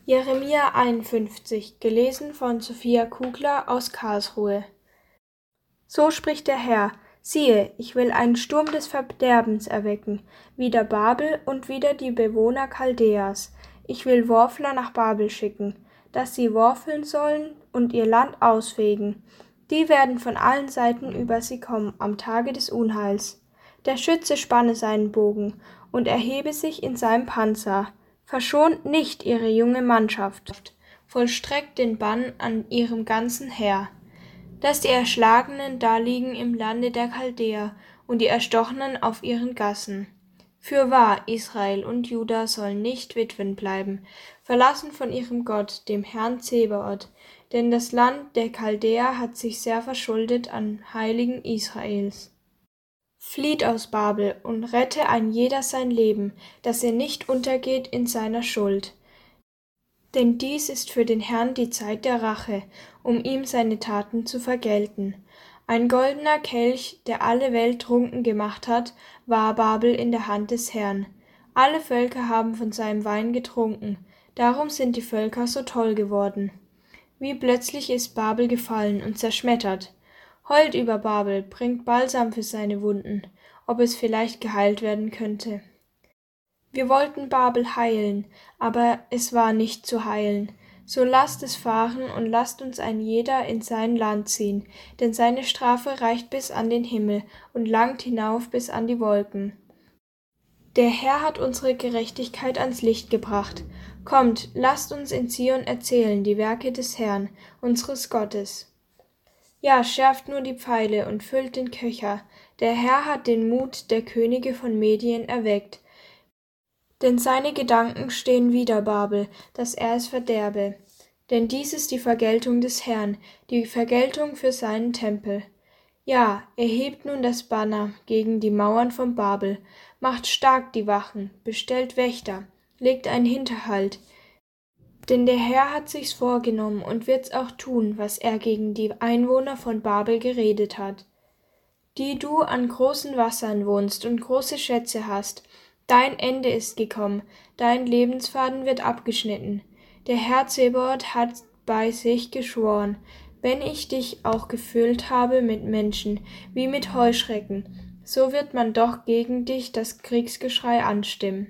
Jeremia 51, gelesen von Sophia Kugler aus Karlsruhe. So spricht der Herr: Siehe, ich will einen Sturm des Verderbens erwecken, wider Babel und wider die Bewohner Chaldäas. Ich will Worfler nach Babel schicken, dass sie worfeln sollen und ihr Land ausfegen. Die werden von allen Seiten über sie kommen am Tage des Unheils. Der Schütze spanne seinen Bogen und erhebe sich in seinem Panzer. Verschont nicht ihre junge Mannschaft, vollstreckt den Bann an ihrem ganzen Heer. Dass die Erschlagenen daliegen im Lande der Chaldäer und die Erstochenen auf ihren Gassen. Fürwahr, Israel und Juda sollen nicht Witwen bleiben, verlassen von ihrem Gott, dem Herrn Zebaoth, denn das Land der Chaldäer hat sich sehr verschuldet an Heiligen Israels. Flieht aus Babel und rette ein jeder sein Leben, dass er nicht untergeht in seiner Schuld. Denn dies ist für den Herrn die Zeit der Rache, um ihm seine Taten zu vergelten. Ein goldener Kelch, der alle Welt trunken gemacht hat, war Babel in der Hand des Herrn. Alle Völker haben von seinem Wein getrunken, darum sind die Völker so toll geworden. Wie plötzlich ist Babel gefallen und zerschmettert. Heult über Babel, bringt Balsam für seine Wunden, ob es vielleicht geheilt werden könnte. Wir wollten Babel heilen, aber es war nicht zu heilen. So lasst es fahren und lasst uns ein jeder in sein Land ziehen, denn seine Strafe reicht bis an den Himmel und langt hinauf bis an die Wolken. Der Herr hat unsere Gerechtigkeit ans Licht gebracht. Kommt, lasst uns in Zion erzählen die Werke des Herrn, unseres Gottes. Ja, schärft nur die Pfeile und füllt den Köcher. Der Herr hat den Mut der Könige von Medien erweckt. Denn seine Gedanken stehen wider Babel, dass er es verderbe. Denn dies ist die Vergeltung des Herrn, die Vergeltung für seinen Tempel. Ja, erhebt nun das Banner gegen die Mauern von Babel, macht stark die Wachen, bestellt Wächter, legt einen Hinterhalt. Denn der Herr hat sich's vorgenommen und wird's auch tun, was er gegen die Einwohner von Babel geredet hat. Die du an großen Wassern wohnst und große Schätze hast, dein Ende ist gekommen, dein Lebensfaden wird abgeschnitten. Der Herr Zebaoth hat bei sich geschworen, wenn ich dich auch gefüllt habe mit Menschen, wie mit Heuschrecken, so wird man doch gegen dich das Kriegsgeschrei anstimmen.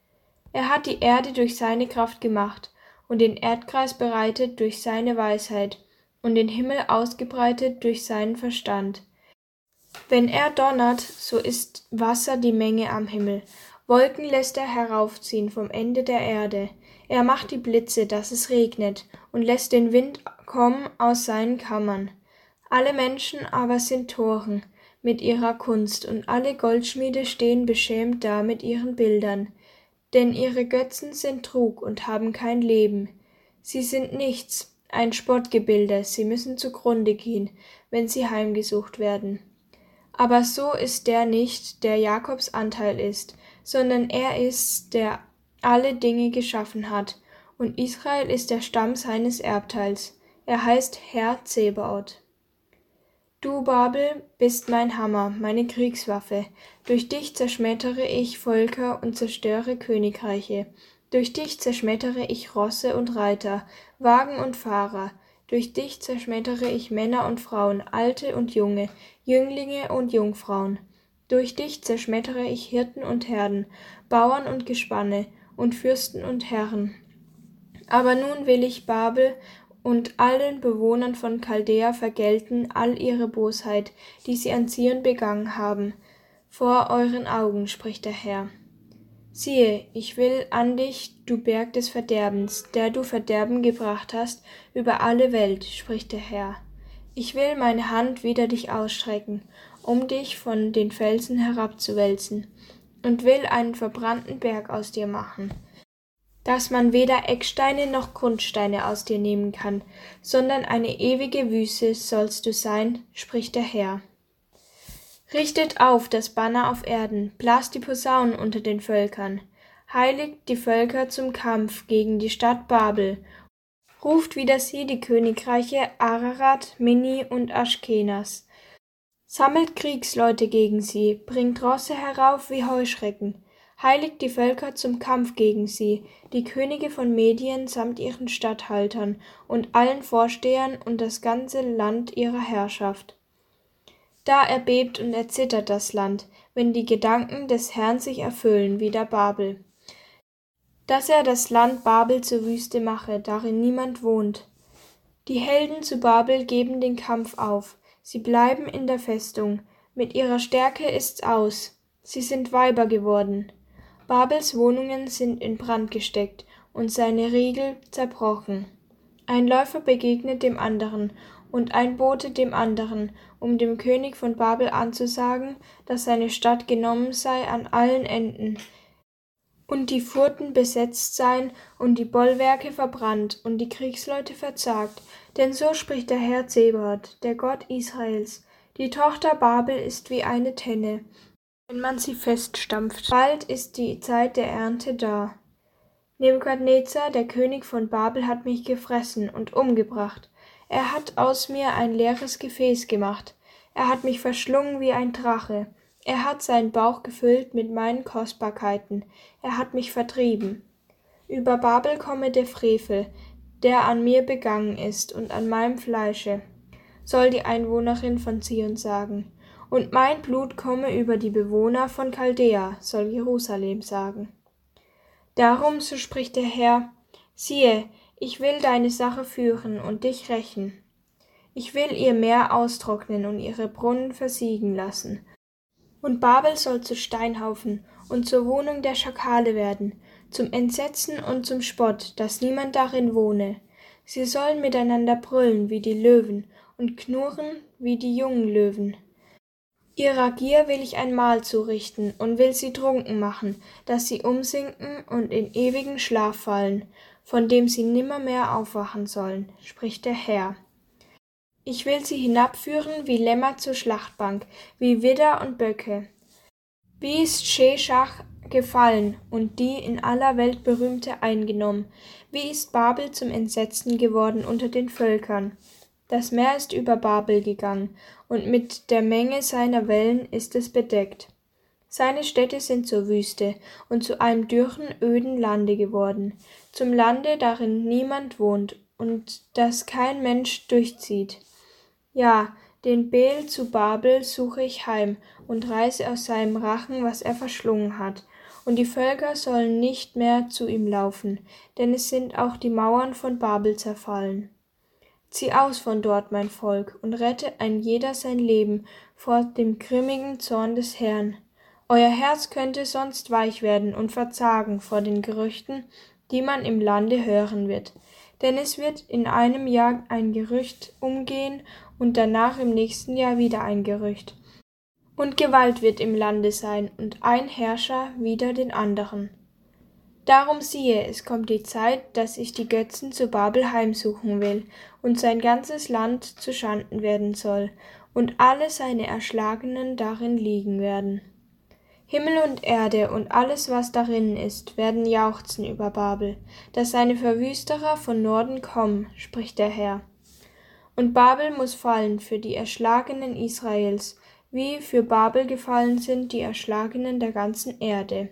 Er hat die Erde durch seine Kraft gemacht und den Erdkreis bereitet durch seine Weisheit und den Himmel ausgebreitet durch seinen Verstand. Wenn er donnert, so ist Wasser die Menge am Himmel. Wolken lässt er heraufziehen vom Ende der Erde. Er macht die Blitze, dass es regnet, und lässt den Wind kommen aus seinen Kammern. Alle Menschen aber sind Toren mit ihrer Kunst, und alle Goldschmiede stehen beschämt da mit ihren Bildern. Denn ihre Götzen sind Trug und haben kein Leben. Sie sind nichts, ein Spottgebilde, sie müssen zugrunde gehen, wenn sie heimgesucht werden. Aber so ist der nicht, der Jakobs Anteil ist, sondern er ist, der alle Dinge geschaffen hat, und Israel ist der Stamm seines Erbteils. Er heißt Herr Zebaoth. Du, Babel, bist mein Hammer, meine Kriegswaffe. Durch dich zerschmettere ich Völker und zerstöre Königreiche. Durch dich zerschmettere ich Rosse und Reiter, Wagen und Fahrer. Durch dich zerschmettere ich Männer und Frauen, Alte und Junge, Jünglinge und Jungfrauen. Durch dich zerschmettere ich Hirten und Herden, Bauern und Gespanne und Fürsten und Herren. Aber nun will ich Babel und allen Bewohnern von Chaldäa vergelten all ihre Bosheit, die sie an Zion begangen haben. Vor euren Augen, spricht der Herr. Siehe, ich will an dich, du Berg des Verderbens, der du Verderben gebracht hast, über alle Welt, spricht der Herr. Ich will meine Hand wider dich ausstrecken, um dich von den Felsen herabzuwälzen, und will einen verbrannten Berg aus dir machen, dass man weder Ecksteine noch Grundsteine aus dir nehmen kann, sondern eine ewige Wüste sollst du sein, spricht der Herr. Richtet auf das Banner auf Erden, blast die Posaunen unter den Völkern, heiligt die Völker zum Kampf gegen die Stadt Babel, ruft wider sie die Königreiche Ararat, Minni und Aschkenas. Sammelt Kriegsleute gegen sie, bringt Rosse herauf wie Heuschrecken, heiligt die Völker zum Kampf gegen sie, die Könige von Medien samt ihren Statthaltern und allen Vorstehern und das ganze Land ihrer Herrschaft. Da erbebt und erzittert das Land, wenn die Gedanken des Herrn sich erfüllen wie der Babel. Dass er das Land Babel zur Wüste mache, darin niemand wohnt. Die Helden zu Babel geben den Kampf auf, sie bleiben in der Festung, mit ihrer Stärke ist's aus, sie sind Weiber geworden. Babels Wohnungen sind in Brand gesteckt und seine Riegel zerbrochen. Ein Läufer begegnet dem anderen und ein Bote dem anderen, um dem König von Babel anzusagen, dass seine Stadt genommen sei an allen Enden und die Furten besetzt seien und die Bollwerke verbrannt und die Kriegsleute verzagt. Denn so spricht der Herr Zebaoth, der Gott Israels: Die Tochter Babel ist wie eine Tenne, wenn man sie feststampft. Bald ist die Zeit der Ernte da. Nebukadnezar, der König von Babel, hat mich gefressen und umgebracht. Er hat aus mir ein leeres Gefäß gemacht. Er hat mich verschlungen wie ein Drache. Er hat seinen Bauch gefüllt mit meinen Kostbarkeiten. Er hat mich vertrieben. Über Babel komme der Frevel, der an mir begangen ist und an meinem Fleische, soll die Einwohnerin von Zion sagen. Und mein Blut komme über die Bewohner von Chaldea, soll Jerusalem sagen. Darum, so spricht der Herr: Siehe, ich will deine Sache führen und dich rächen. Ich will ihr Meer austrocknen und ihre Brunnen versiegen lassen. Und Babel soll zu Steinhaufen und zur Wohnung der Schakale werden, zum Entsetzen und zum Spott, dass niemand darin wohne. Sie sollen miteinander brüllen wie die Löwen und knurren wie die jungen Löwen. Ihrer Gier will ich ein Mahl zurichten und will sie trunken machen, dass sie umsinken und in ewigen Schlaf fallen, von dem sie nimmermehr aufwachen sollen, spricht der Herr. Ich will sie hinabführen wie Lämmer zur Schlachtbank, wie Widder und Böcke. Wie ist Sheshach gefallen und die in aller Welt berühmte eingenommen? Wie ist Babel zum Entsetzen geworden unter den Völkern? Das Meer ist über Babel gegangen, und mit der Menge seiner Wellen ist es bedeckt. Seine Städte sind zur Wüste und zu einem dürren, öden Lande geworden, zum Lande, darin niemand wohnt und das kein Mensch durchzieht. Ja, den Bel zu Babel suche ich heim und reiße aus seinem Rachen, was er verschlungen hat. Und die Völker sollen nicht mehr zu ihm laufen, denn es sind auch die Mauern von Babel zerfallen. Zieh aus von dort, mein Volk, und rette ein jeder sein Leben vor dem grimmigen Zorn des Herrn. Euer Herz könnte sonst weich werden und verzagen vor den Gerüchten, die man im Lande hören wird. Denn es wird in einem Jahr ein Gerücht umgehen und danach im nächsten Jahr wieder ein Gerücht. Und Gewalt wird im Lande sein und ein Herrscher wider den anderen. Darum siehe, es kommt die Zeit, dass ich die Götzen zu Babel heimsuchen will und sein ganzes Land zu Schanden werden soll und alle seine Erschlagenen darin liegen werden. Himmel und Erde und alles, was darin ist, werden jauchzen über Babel, dass seine Verwüsterer von Norden kommen, spricht der Herr. Und Babel muss fallen für die Erschlagenen Israels, wie für Babel gefallen sind die Erschlagenen der ganzen Erde.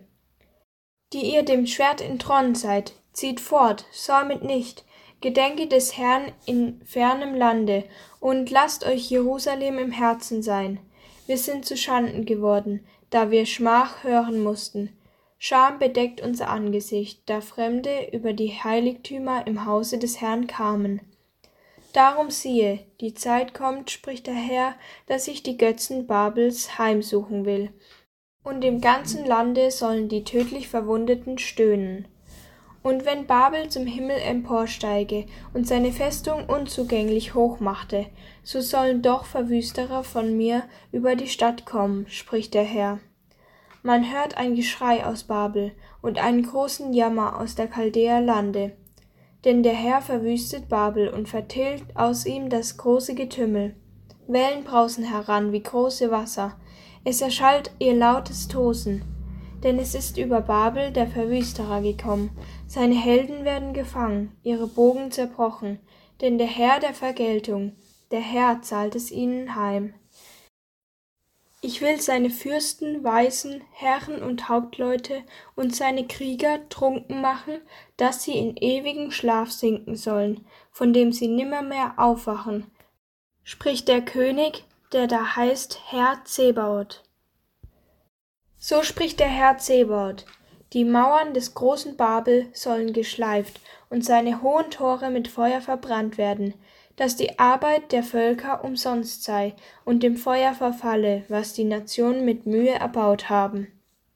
Die ihr dem Schwert entronnen seid, zieht fort, säumet nicht, gedenket des Herrn in fernem Lande, und lasst euch Jerusalem im Herzen sein. Wir sind zu Schanden geworden, da wir Schmach hören mussten. Scham bedeckt unser Angesicht, da Fremde über die Heiligtümer im Hause des Herrn kamen. Darum siehe, die Zeit kommt, spricht der Herr, dass ich die Götzen Babels heimsuchen will. Und im ganzen Lande sollen die tödlich Verwundeten stöhnen. Und wenn Babel zum Himmel emporsteige und seine Festung unzugänglich hoch machte, so sollen doch Verwüsterer von mir über die Stadt kommen, spricht der Herr. Man hört ein Geschrei aus Babel und einen großen Jammer aus der Chaldäer Lande. Denn der Herr verwüstet Babel und vertilgt aus ihm das große Getümmel. Wellen brausen heran wie große Wasser. Es erschallt ihr lautes Tosen, denn es ist über Babel der Verwüsterer gekommen. Seine Helden werden gefangen, ihre Bogen zerbrochen, denn der Herr der Vergeltung, der Herr zahlt es ihnen heim. Ich will seine Fürsten, Weisen, Herren und Hauptleute und seine Krieger trunken machen, dass sie in ewigen Schlaf sinken sollen, von dem sie nimmermehr aufwachen, spricht der König, der da heißt Herr Zebaoth. So spricht der Herr Zebaoth: Die Mauern des großen Babel sollen geschleift und seine hohen Tore mit Feuer verbrannt werden, dass die Arbeit der Völker umsonst sei und dem Feuer verfalle, was die Nationen mit Mühe erbaut haben.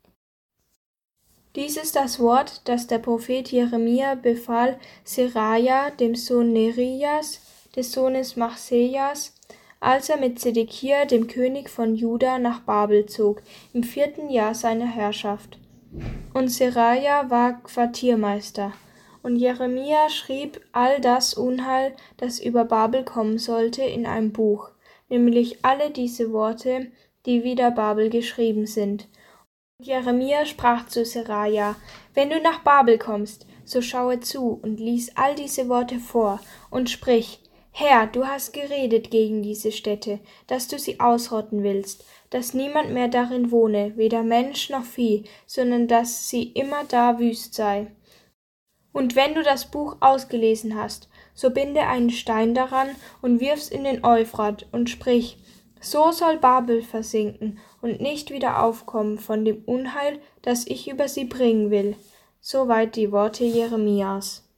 Dies ist das Wort, das der Prophet Jeremia befahl Seraja, dem Sohn Nerias, des Sohnes Machsejas, als er mit Zedekia, dem König von Juda, nach Babel zog, im 4. Jahr seiner Herrschaft. Und Seraja war Quartiermeister. Und Jeremia schrieb all das Unheil, das über Babel kommen sollte, in einem Buch, nämlich alle diese Worte, die wider Babel geschrieben sind. Und Jeremia sprach zu Seraja: Wenn du nach Babel kommst, so schaue zu und lies all diese Worte vor und sprich: Herr, du hast geredet gegen diese Städte, dass du sie ausrotten willst, dass niemand mehr darin wohne, weder Mensch noch Vieh, sondern dass sie immerdar wüst sei. Und wenn du das Buch ausgelesen hast, so binde einen Stein daran und wirf's in den Euphrat und sprich: So soll Babel versinken und nicht wieder aufkommen von dem Unheil, das ich über sie bringen will. Soweit die Worte Jeremias.